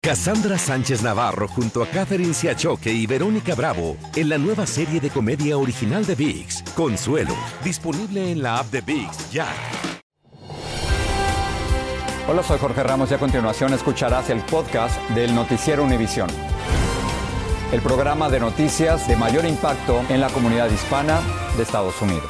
Cassandra Sánchez Navarro junto a Catherine Siachoque y Verónica Bravo en la nueva serie de comedia original de ViX, Consuelo, disponible en la app de ViX ya. Hola, soy Jorge Ramos y a continuación escucharás el podcast del Noticiero Univisión. El programa de noticias de mayor impacto en la comunidad hispana de Estados Unidos.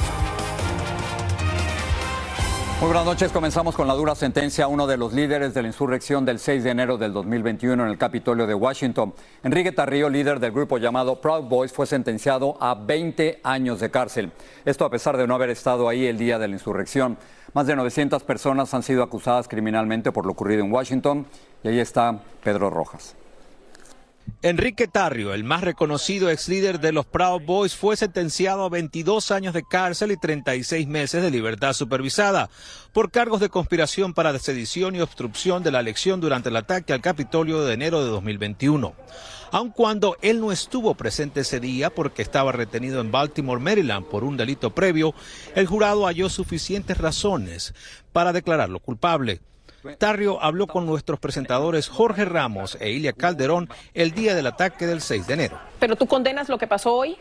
Muy buenas noches. Comenzamos con la dura sentencia a uno de los líderes de la insurrección del 6 de enero del 2021 en el Capitolio de Washington. Enrique Tarrio, líder del grupo llamado Proud Boys, fue sentenciado a 20 años de cárcel. Esto a pesar de no haber estado ahí el día de la insurrección. Más de 900 personas han sido acusadas criminalmente por lo ocurrido en Washington. Y ahí está Pedro Rojas. Enrique Tarrio, el más reconocido ex líder de los Proud Boys, fue sentenciado a 22 años de cárcel y 36 meses de libertad supervisada por cargos de conspiración para sedición y obstrucción de la elección durante el ataque al Capitolio de enero de 2021. Aun cuando él no estuvo presente ese día porque estaba retenido en Baltimore, Maryland, por un delito previo, el jurado halló suficientes razones para declararlo culpable. Tarrio habló con nuestros presentadores Jorge Ramos e Ilia Calderón el día del ataque del 6 de enero. ¿Pero tú condenas lo que pasó hoy?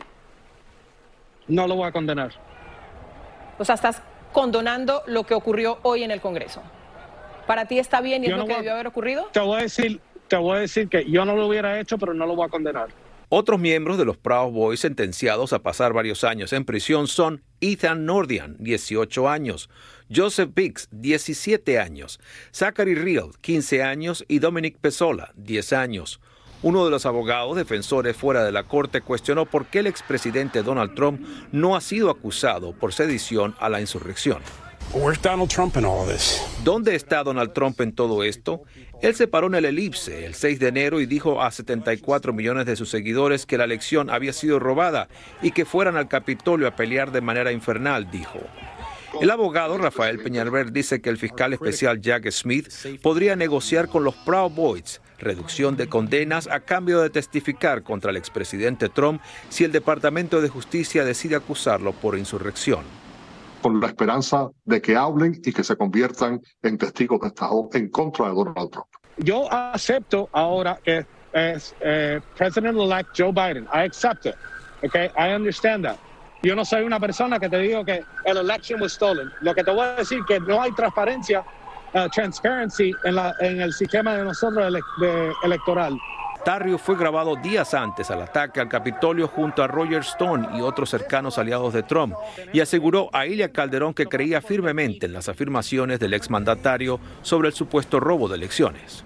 No lo voy a condenar. O sea, estás condonando lo que ocurrió hoy en el Congreso. ¿Para ti está bien y es lo que debió haber ocurrido? Te voy a decir que yo no lo hubiera hecho, pero no lo voy a condenar. Otros miembros de los Proud Boys sentenciados a pasar varios años en prisión son Ethan Nordian, 18 años, Joseph Biggs, 17 años, Zachary Real, 15 años y Dominic Pezzola, 10 años. Uno de los abogados defensores fuera de la corte cuestionó por qué el expresidente Donald Trump no ha sido acusado por sedición a la insurrección. Where's Donald Trump in all this? ¿Dónde está Donald Trump en todo esto? Él se paró en el Elipse el 6 de enero y dijo a 74 millones de sus seguidores que la elección había sido robada y que fueran al Capitolio a pelear de manera infernal, dijo. El abogado Rafael Peñalver dice que el fiscal especial Jack Smith podría negociar con los Proud Boys reducción de condenas a cambio de testificar contra el expresidente Trump si el Departamento de Justicia decide acusarlo por insurrección. Con la esperanza de que hablen y que se conviertan en testigos de Estado en contra de Donald Trump. Yo acepto ahora que es President-elect Joe Biden. I accept it. Okay? I understand that. Yo no soy una persona que te digo que el election was stolen. Lo que te voy a decir es que no hay transparencia, transparency en el sistema de nosotros electoral. Tarrio fue grabado días antes al ataque al Capitolio junto a Roger Stone y otros cercanos aliados de Trump y aseguró a Ilia Calderón que creía firmemente en las afirmaciones del exmandatario sobre el supuesto robo de elecciones.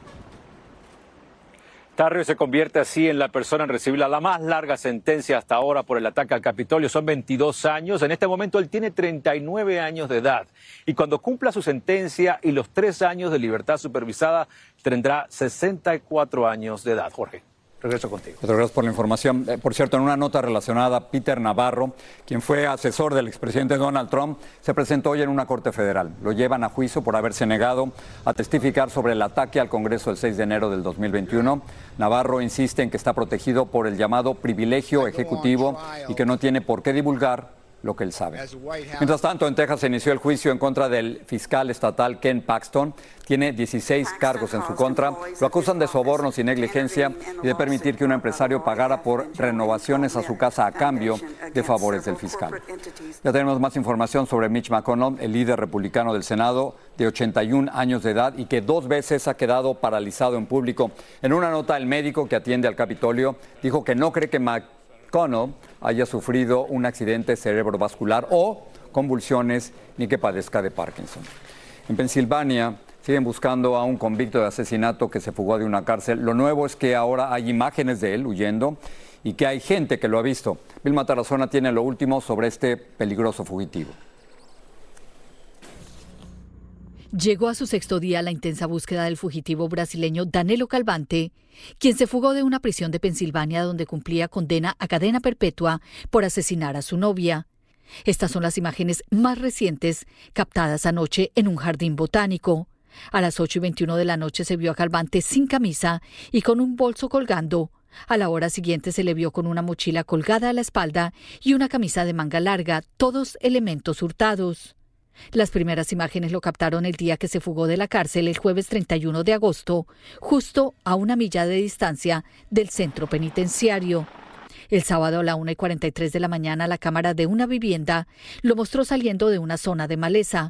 Tarrio se convierte así en la persona en recibir la más larga sentencia hasta ahora por el ataque al Capitolio. Son 22 años. En este momento él tiene 39 años de edad. Y cuando cumpla su sentencia y los 3 años de libertad supervisada, tendrá 64 años de edad. Jorge, regreso contigo. Gracias por la información. Por cierto, en una nota relacionada, Peter Navarro, quien fue asesor del expresidente Donald Trump, se presentó hoy en una corte federal. Lo llevan a juicio por haberse negado a testificar sobre el ataque al Congreso el 6 de enero del 2021. Navarro insiste en que está protegido por el llamado privilegio ejecutivo y que no tiene por qué divulgar lo que él sabe. Mientras tanto, en Texas se inició el juicio en contra del fiscal estatal Ken Paxton. Tiene 16 cargos en su contra. Lo acusan de sobornos y negligencia y de permitir que un empresario pagara por renovaciones a su casa a cambio de favores del fiscal. Ya tenemos más información sobre Mitch McConnell, el líder republicano del Senado, de 81 años de edad y que 2 veces ha quedado paralizado en público. En una nota, el médico que atiende al Capitolio dijo que no cree que McConnell haya sufrido un accidente cerebrovascular o convulsiones ni que padezca de Parkinson. En Pensilvania siguen buscando a un convicto de asesinato que se fugó de una cárcel. Lo nuevo es que ahora hay imágenes de él huyendo y que hay gente que lo ha visto. Vilma Tarazona tiene lo último sobre este peligroso fugitivo. Llegó a su 6º día la intensa búsqueda del fugitivo brasileño Danilo Calvante, quien se fugó de una prisión de Pensilvania donde cumplía condena a cadena perpetua por asesinar a su novia. Estas son las imágenes más recientes captadas anoche en un jardín botánico. A las 8:21 de la noche se vio a Calvante sin camisa y con un bolso colgando. A la hora siguiente se le vio con una mochila colgada a la espalda y una camisa de manga larga, todos elementos hurtados. Las primeras imágenes lo captaron el día que se fugó de la cárcel el jueves 31 de agosto, justo a 1 milla de distancia del centro penitenciario. El sábado a la 1:43 de la mañana, la cámara de una vivienda lo mostró saliendo de una zona de maleza.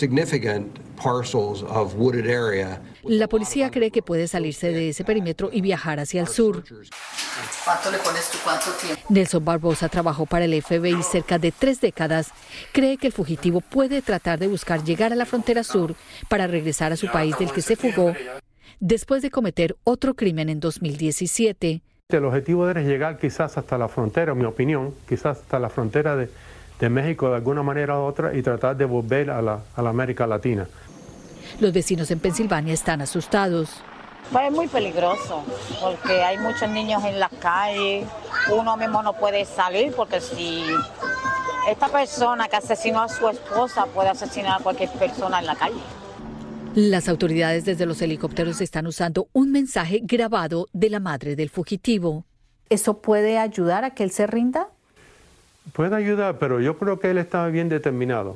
La policía cree que puede salirse de ese perímetro y viajar hacia el sur. ¿Cuánto le pones tú? ¿Cuánto tiempo? Nelson Barbosa trabajó para el FBI cerca de 3 décadas. Cree que el fugitivo puede tratar de buscar llegar a la frontera sur para regresar a su país del que se fugó después de cometer otro crimen en 2017. El objetivo de él es llegar quizás hasta la frontera, en mi opinión, quizás hasta la frontera de México de alguna manera u otra y tratar de volver a la América Latina. Los vecinos en Pensilvania están asustados. Pues es muy peligroso porque hay muchos niños en la calle, uno mismo no puede salir porque si esta persona que asesinó a su esposa puede asesinar a cualquier persona en la calle. Las autoridades desde los helicópteros están usando un mensaje grabado de la madre del fugitivo. ¿Eso puede ayudar a que él se rinda? Puede ayudar, pero yo creo que él está bien determinado.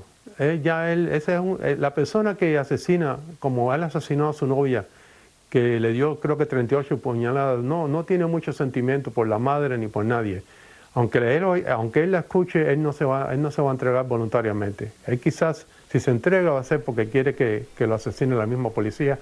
La persona que asesina, como él asesinó a su novia, que le dio creo que 38 puñaladas, no tiene mucho sentimiento por la madre ni por nadie. Aunque él la escuche, él no se va a entregar voluntariamente. Él quizás, si se entrega, va a ser porque quiere que lo asesine la misma policía.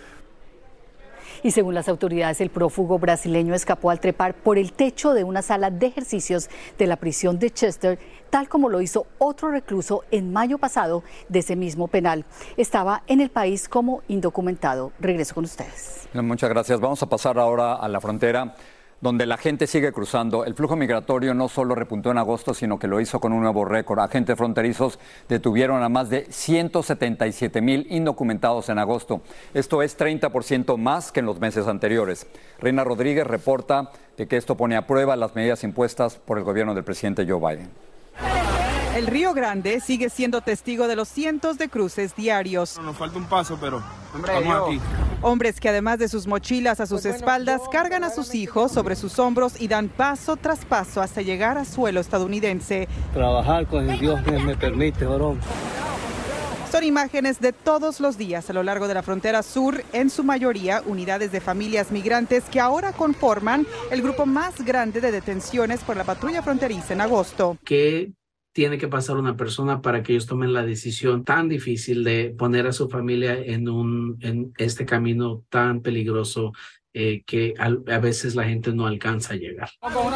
Y según las autoridades, el prófugo brasileño escapó al trepar por el techo de una sala de ejercicios de la prisión de Chester, tal como lo hizo otro recluso en mayo pasado de ese mismo penal. Estaba en el país como indocumentado. Regreso con ustedes. Muchas gracias. Vamos a pasar ahora a la frontera, donde la gente sigue cruzando. El flujo migratorio no solo repuntó en agosto, sino que lo hizo con un nuevo récord. Agentes fronterizos detuvieron a más de 177,000 indocumentados en agosto. Esto es 30% más que en los meses anteriores. Reina Rodríguez reporta de que esto pone a prueba las medidas impuestas por el gobierno del presidente Joe Biden. El Río Grande sigue siendo testigo de los cientos de cruces diarios. Nos falta un paso, pero estamos aquí. Hombres que además de sus mochilas a sus espaldas, cargan a sus hijos sobre sus hombros y dan paso tras paso hasta llegar a suelo estadounidense. Trabajar con el Dios que me permite, varón. Son imágenes de todos los días a lo largo de la frontera sur, en su mayoría unidades de familias migrantes que ahora conforman el grupo más grande de detenciones por la patrulla fronteriza en agosto. ¿Qué tiene que pasar una persona para que ellos tomen la decisión tan difícil de poner a su familia en este camino tan peligroso que a veces la gente no alcanza a llegar?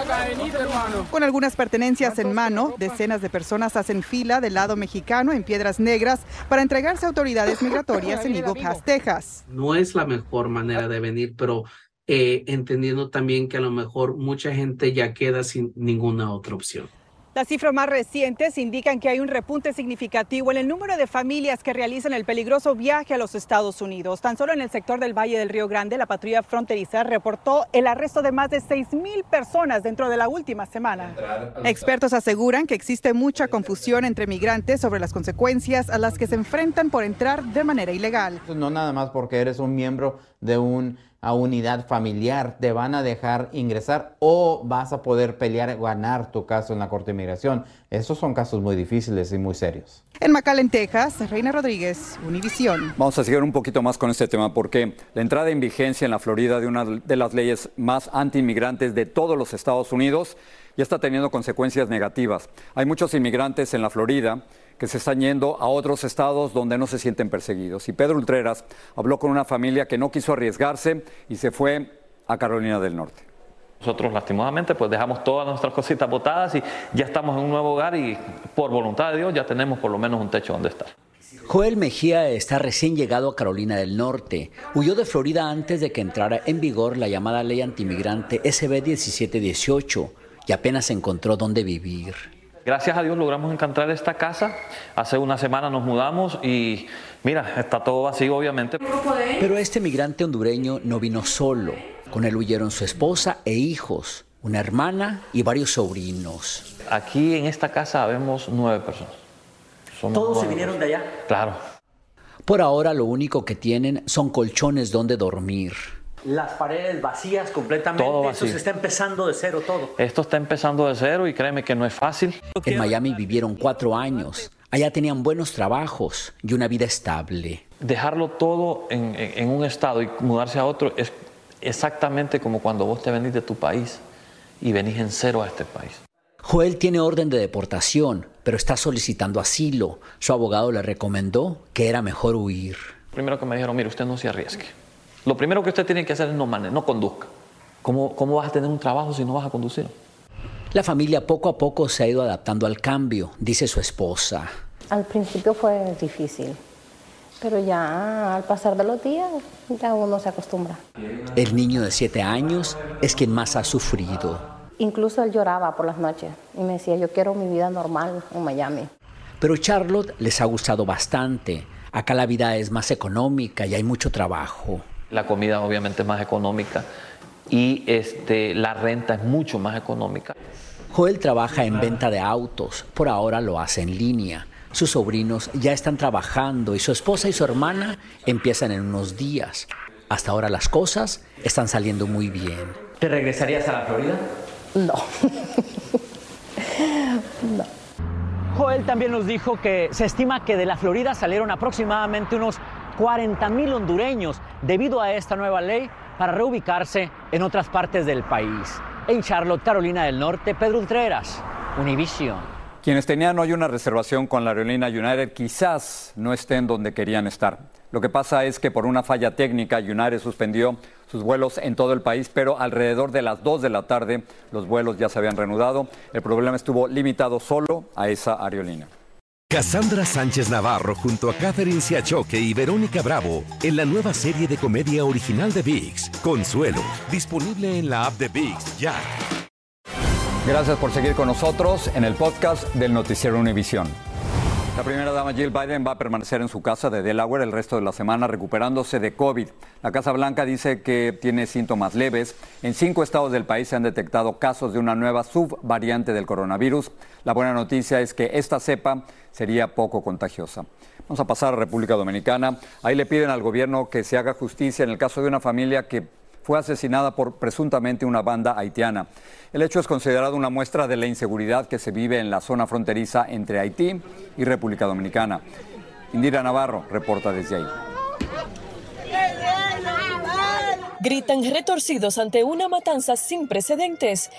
Con algunas pertenencias en mano, decenas de personas hacen fila del lado mexicano en Piedras Negras para entregarse a autoridades migratorias en Eagle Pass, Texas. No es la mejor manera de venir, pero entendiendo también que a lo mejor mucha gente ya queda sin ninguna otra opción. Las cifras más recientes indican que hay un repunte significativo en el número de familias que realizan el peligroso viaje a los Estados Unidos. Tan solo en el sector del Valle del Río Grande, la patrulla fronteriza reportó el arresto de más de 6,000 personas dentro de la última semana. Expertos aseguran que existe mucha confusión entre migrantes sobre las consecuencias a las que se enfrentan por entrar de manera ilegal. No nada más porque eres un miembro de una unidad familiar, te van a dejar ingresar o vas a poder pelear, ganar tu caso en la Corte de Inmigración. Esos son casos muy difíciles y muy serios. En McAllen, Texas, Reina Rodríguez, Univisión. Vamos a seguir un poquito más con este tema porque la entrada en vigencia en la Florida de una de las leyes más anti-inmigrantes de todos los Estados Unidos ya está teniendo consecuencias negativas. Hay muchos inmigrantes en la Florida que se están yendo a otros estados donde no se sienten perseguidos. Y Pedro Ultreras habló con una familia que no quiso arriesgarse y se fue a Carolina del Norte. Nosotros lastimosamente pues dejamos todas nuestras cositas botadas y ya estamos en un nuevo hogar y por voluntad de Dios ya tenemos por lo menos un techo donde estar. Joel Mejía está recién llegado a Carolina del Norte. Huyó de Florida antes de que entrara en vigor la llamada ley antimigrante SB 1718 y apenas encontró dónde vivir. Gracias a Dios logramos encontrar esta casa. Hace una semana nos mudamos y mira, está todo vacío obviamente. Pero este migrante hondureño no vino solo. Con él huyeron su esposa e hijos, una hermana y varios sobrinos. Aquí en esta casa vemos 9 personas. ¿Todos se vinieron de allá? Claro. Por ahora lo único que tienen son colchones donde dormir. Las paredes vacías completamente, todo vacío. Eso se está empezando de cero todo. Esto está empezando de cero y créeme que no es fácil. En Miami vivieron 4 años. Allá tenían buenos trabajos y una vida estable. Dejarlo todo en un estado y mudarse a otro es exactamente como cuando vos te venís de tu país y venís en cero a este país. Joel tiene orden de deportación, pero está solicitando asilo. Su abogado le recomendó que era mejor huir. Primero que me dijeron, mire, usted no se arriesgue. Lo primero que usted tiene que hacer es no conduzca. ¿Cómo vas a tener un trabajo si no vas a conducir? La familia poco a poco se ha ido adaptando al cambio, dice su esposa. Al principio fue difícil, pero ya al pasar de los días ya uno se acostumbra. El niño de 7 años es quien más ha sufrido. Incluso él lloraba por las noches y me decía, yo quiero mi vida normal en Miami. Pero Charlotte les ha gustado bastante. Acá la vida es más económica y hay mucho trabajo. La comida obviamente es más económica y la renta es mucho más económica. Joel trabaja en venta de autos, por ahora lo hace en línea. Sus sobrinos ya están trabajando y su esposa y su hermana empiezan en unos días. Hasta ahora las cosas están saliendo muy bien. ¿Te regresarías a la Florida? No. No. Joel también nos dijo que se estima que de la Florida salieron aproximadamente unos 40,000 hondureños debido a esta nueva ley para reubicarse en otras partes del país. En Charlotte, Carolina del Norte, Pedro Ultreras, Univision. Quienes tenían hoy una reservación con la aerolínea United quizás no estén donde querían estar. Lo que pasa es que por una falla técnica United suspendió sus vuelos en todo el país, pero alrededor de las 2 de la tarde los vuelos ya se habían reanudado. El problema estuvo limitado solo a esa aerolínea. Cassandra Sánchez Navarro junto a Catherine Siachoque y Verónica Bravo en la nueva serie de comedia original de ViX, Consuelo, disponible en la app de ViX ya. Gracias por seguir con nosotros en el podcast del Noticiero Univisión. La primera dama Jill Biden va a permanecer en su casa de Delaware el resto de la semana recuperándose de COVID. La Casa Blanca dice que tiene síntomas leves. En 5 estados del país se han detectado casos de una nueva subvariante del coronavirus. La buena noticia es que esta cepa sería poco contagiosa. Vamos a pasar a República Dominicana. Ahí le piden al gobierno que se haga justicia en el caso de una familia que fue asesinada por presuntamente una banda haitiana. El hecho es considerado una muestra de la inseguridad que se vive en la zona fronteriza entre Haití y República Dominicana. Indira Navarro reporta desde ahí. Gritan retorcidos ante una matanza sin precedentes.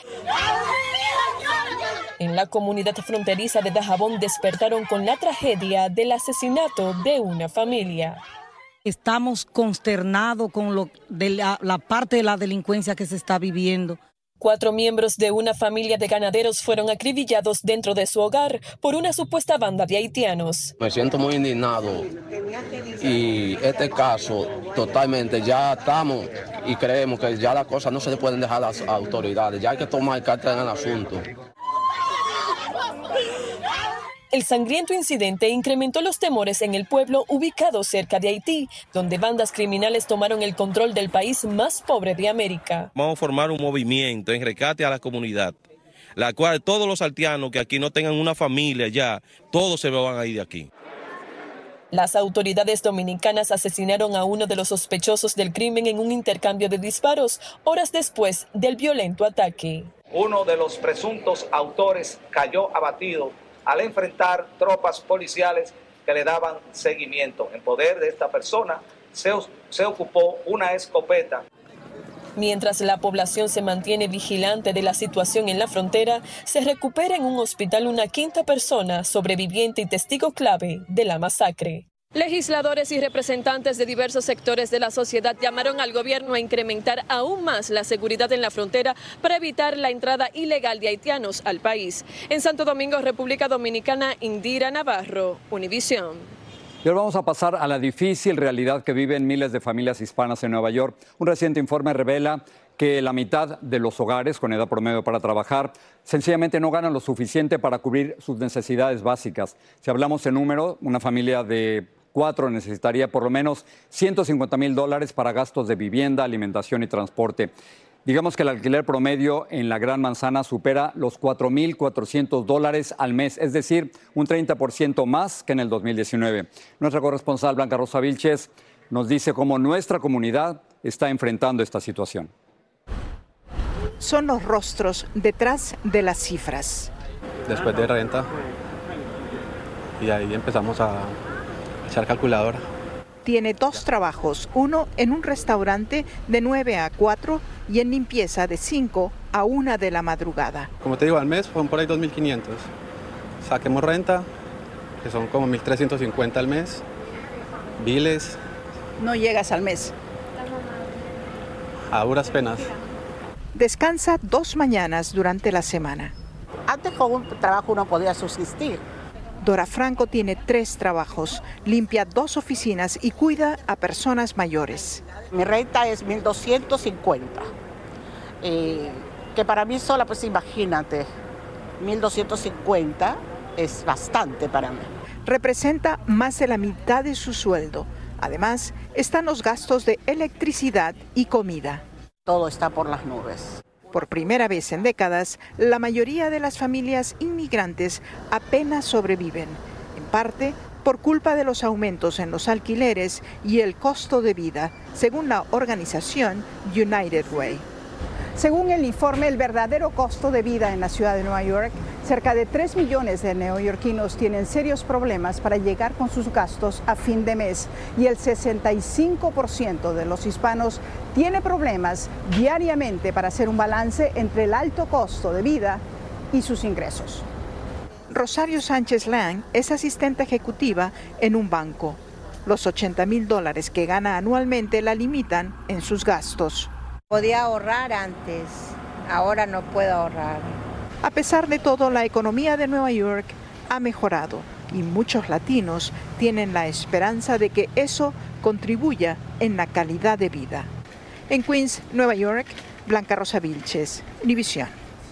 En la comunidad fronteriza de Dajabón despertaron con la tragedia del asesinato de una familia. Estamos consternados con la parte de la delincuencia que se está viviendo. 4 miembros de una familia de ganaderos fueron acribillados dentro de su hogar por una supuesta banda de haitianos. Me siento muy indignado y este caso totalmente ya estamos y creemos que ya las cosas no se le pueden dejar a las autoridades, ya hay que tomar cartas en el asunto. El sangriento incidente incrementó los temores en el pueblo ubicado cerca de Haití, donde bandas criminales tomaron el control del país más pobre de América. Vamos a formar un movimiento en rescate a la comunidad, la cual todos los haitianos que aquí no tengan una familia ya, todos se van a ir de aquí. Las autoridades dominicanas asesinaron a uno de los sospechosos del crimen en un intercambio de disparos, horas después del violento ataque. Uno de los presuntos autores cayó abatido al enfrentar tropas policiales que le daban seguimiento. En poder de esta persona se ocupó una escopeta. Mientras la población se mantiene vigilante de la situación en la frontera, se recupera en un hospital una 5ª persona sobreviviente y testigo clave de la masacre. Legisladores y representantes de diversos sectores de la sociedad llamaron al gobierno a incrementar aún más la seguridad en la frontera para evitar la entrada ilegal de haitianos al país. En Santo Domingo, República Dominicana, Indira Navarro, Univision. Y ahora vamos a pasar a la difícil realidad que viven miles de familias hispanas en Nueva York. Un reciente informe revela que la mitad de los hogares con edad promedio para trabajar sencillamente no ganan lo suficiente para cubrir sus necesidades básicas. Si hablamos en número, una familia de 4 necesitaría por lo menos $150,000 para gastos de vivienda, alimentación y transporte. Digamos que el alquiler promedio en la Gran Manzana supera los $4,400 al mes, es decir, un 30% más que en el 2019. Nuestra corresponsal Blanca Rosa Vilches nos dice cómo nuestra comunidad está enfrentando esta situación. Son los rostros detrás de las cifras. Después de renta, y ahí empezamos a echar calculadora. Tiene 2 trabajos, uno en un restaurante de 9 a 4 y en limpieza de 5 a 1 de la madrugada. Como te digo, al mes fueron por ahí 2.500. Saquemos renta, que son como 1.350 al mes, biles. No llegas al mes. A duras penas. Descansa 2 mañanas durante la semana. Antes con un trabajo uno podía subsistir. Dora Franco tiene 3 trabajos, limpia 2 oficinas y cuida a personas mayores. Mi renta es 1.250, que para mí sola, pues imagínate, 1.250 es bastante para mí. Representa más de la mitad de su sueldo. Además, están los gastos de electricidad y comida. Todo está por las nubes. Por primera vez en décadas, la mayoría de las familias inmigrantes apenas sobreviven, en parte por culpa de los aumentos en los alquileres y el costo de vida, según la organización United Way. Según el informe, el verdadero costo de vida en la ciudad de Nueva York, cerca de 3 millones de neoyorquinos tienen serios problemas para llegar con sus gastos a fin de mes y el 65% de los hispanos tiene problemas diariamente para hacer un balance entre el alto costo de vida y sus ingresos. Rosario Sánchez Lang es asistente ejecutiva en un banco. Los $80,000 que gana anualmente la limitan en sus gastos. Podía ahorrar antes, ahora no puedo ahorrar. A pesar de todo, la economía de Nueva York ha mejorado y muchos latinos tienen la esperanza de que eso contribuya en la calidad de vida. En Queens, Nueva York, Blanca Rosa Vilches, Univisión.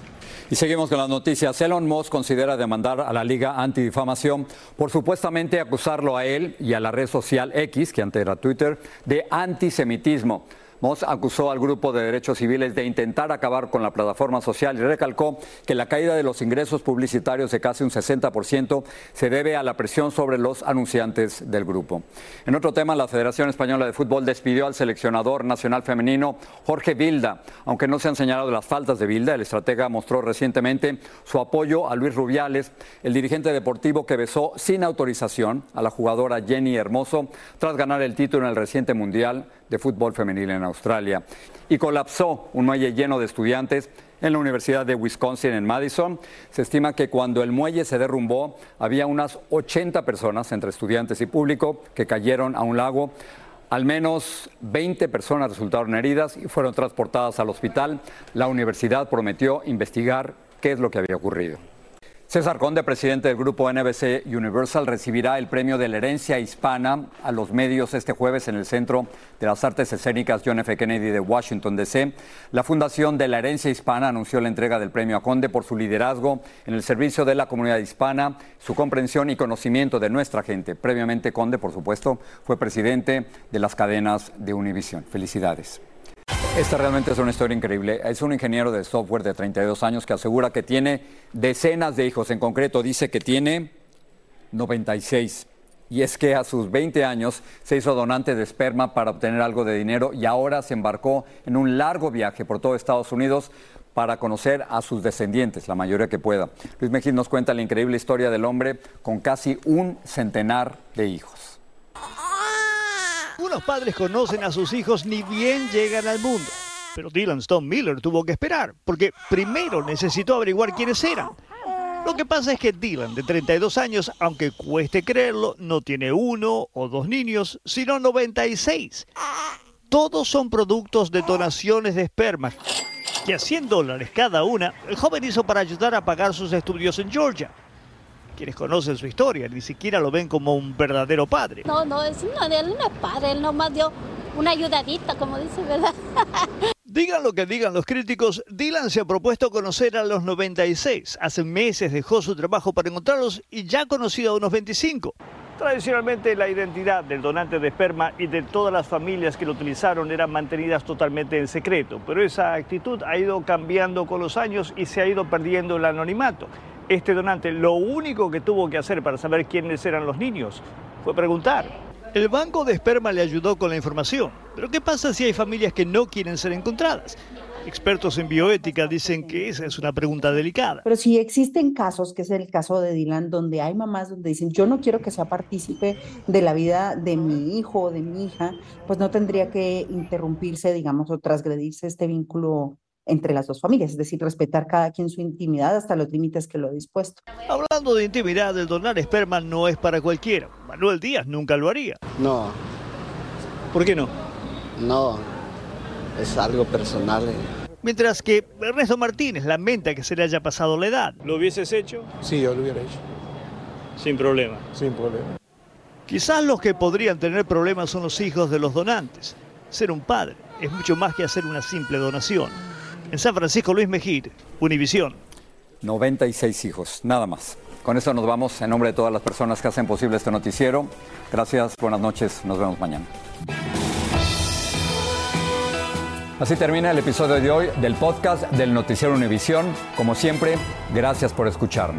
Y seguimos con las noticias. Elon Musk considera demandar a la Liga Antidifamación por supuestamente acusarlo a él y a la red social X, que antes era Twitter, de antisemitismo. Musk acusó al grupo de derechos civiles de intentar acabar con la plataforma social y recalcó que la caída de los ingresos publicitarios de casi un 60% se debe a la presión sobre los anunciantes del grupo. En otro tema, la Federación Española de Fútbol despidió al seleccionador nacional femenino Jorge Vilda. Aunque no se han señalado las faltas de Vilda, el estratega mostró recientemente su apoyo a Luis Rubiales, el dirigente deportivo que besó sin autorización a la jugadora Jenny Hermoso tras ganar el título en el reciente Mundial de Fútbol Femenil en Australia. Y colapsó un muelle lleno de estudiantes en la Universidad de Wisconsin en Madison. Se estima que cuando el muelle se derrumbó había unas 80 personas entre estudiantes y público que cayeron a un lago. Al menos 20 personas resultaron heridas y fueron transportadas al hospital. La universidad prometió investigar qué es lo que había ocurrido. César Conde, presidente del grupo NBC Universal, recibirá el premio de la herencia hispana a los medios este jueves en el Centro de las Artes Escénicas John F. Kennedy de Washington, D.C. La Fundación de la Herencia Hispana anunció la entrega del premio a Conde por su liderazgo en el servicio de la comunidad hispana, su comprensión y conocimiento de nuestra gente. Previamente, Conde, por supuesto, fue presidente de las cadenas de Univisión. Felicidades. Esta realmente es una historia increíble. Es un ingeniero de software de 32 años que asegura que tiene decenas de hijos. En concreto, dice que tiene 96. Y es que a sus 20 años se hizo donante de esperma para obtener algo de dinero y ahora se embarcó en un largo viaje por todo Estados Unidos para conocer a sus descendientes, la mayoría que pueda. Luis Mejín nos cuenta la increíble historia del hombre con casi un centenar de hijos. Algunos padres conocen a sus hijos ni bien llegan al mundo. Pero Dylan Stone Miller tuvo que esperar, porque primero necesitó averiguar quiénes eran. Lo que pasa es que Dylan, de 32 años, aunque cueste creerlo, no tiene 1 o 2 niños, sino 96. Todos son productos de donaciones de esperma, que a $100 cada una, el joven hizo para ayudar a pagar sus estudios en Georgia. Quienes conocen su historia ni siquiera lo ven como un verdadero padre. No, él no es padre, él nomás dio una ayudadita, como dice, ¿verdad? Digan lo que digan los críticos, Dylan se ha propuesto conocer a los 96. Hace meses dejó su trabajo para encontrarlos y ya ha conocido a unos 25. Tradicionalmente la identidad del donante de esperma y de todas las familias que lo utilizaron eran mantenidas totalmente en secreto, pero esa actitud ha ido cambiando con los años y se ha ido perdiendo el anonimato. Este donante lo único que tuvo que hacer para saber quiénes eran los niños fue preguntar. El banco de esperma le ayudó con la información, pero ¿qué pasa si hay familias que no quieren ser encontradas? Expertos en bioética dicen que esa es una pregunta delicada. Pero si existen casos, que es el caso de Dylan, donde hay mamás donde dicen yo no quiero que sea partícipe de la vida de mi hijo o de mi hija, pues no tendría que interrumpirse, digamos, o transgredirse este vínculo entre las dos familias, es decir, respetar cada quien su intimidad hasta los límites que lo ha dispuesto. Hablando de intimidad, el donar esperma no es para cualquiera. Manuel Díaz nunca lo haría. No. ¿Por qué no? No, es algo personal. Mientras que Ernesto Martínez lamenta que se le haya pasado la edad. ¿Lo hubieses hecho? Sí, yo lo hubiera hecho. Sin problema. Sin problema. Quizás los que podrían tener problemas son los hijos de los donantes. Ser un padre es mucho más que hacer una simple donación. En San Francisco, Luis Mejir, Univisión. 96 hijos, nada más. Con eso nos vamos. En nombre de todas las personas que hacen posible este noticiero, gracias, buenas noches, nos vemos mañana. Así termina el episodio de hoy del podcast del Noticiero Univisión. Como siempre, gracias por escucharnos.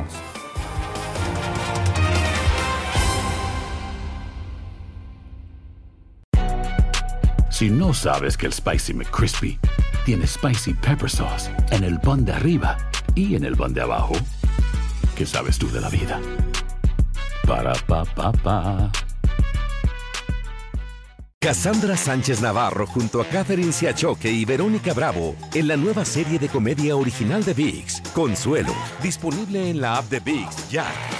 Si no sabes que el Spicy McCrispy tiene Spicy Pepper Sauce en el pan de arriba y en el pan de abajo, ¿qué sabes tú de la vida? Para, pa, pa, pa. Cassandra Sánchez Navarro junto a Catherine Siachoque y Verónica Bravo en la nueva serie de comedia original de ViX, Consuelo, disponible en la app de ViX ya.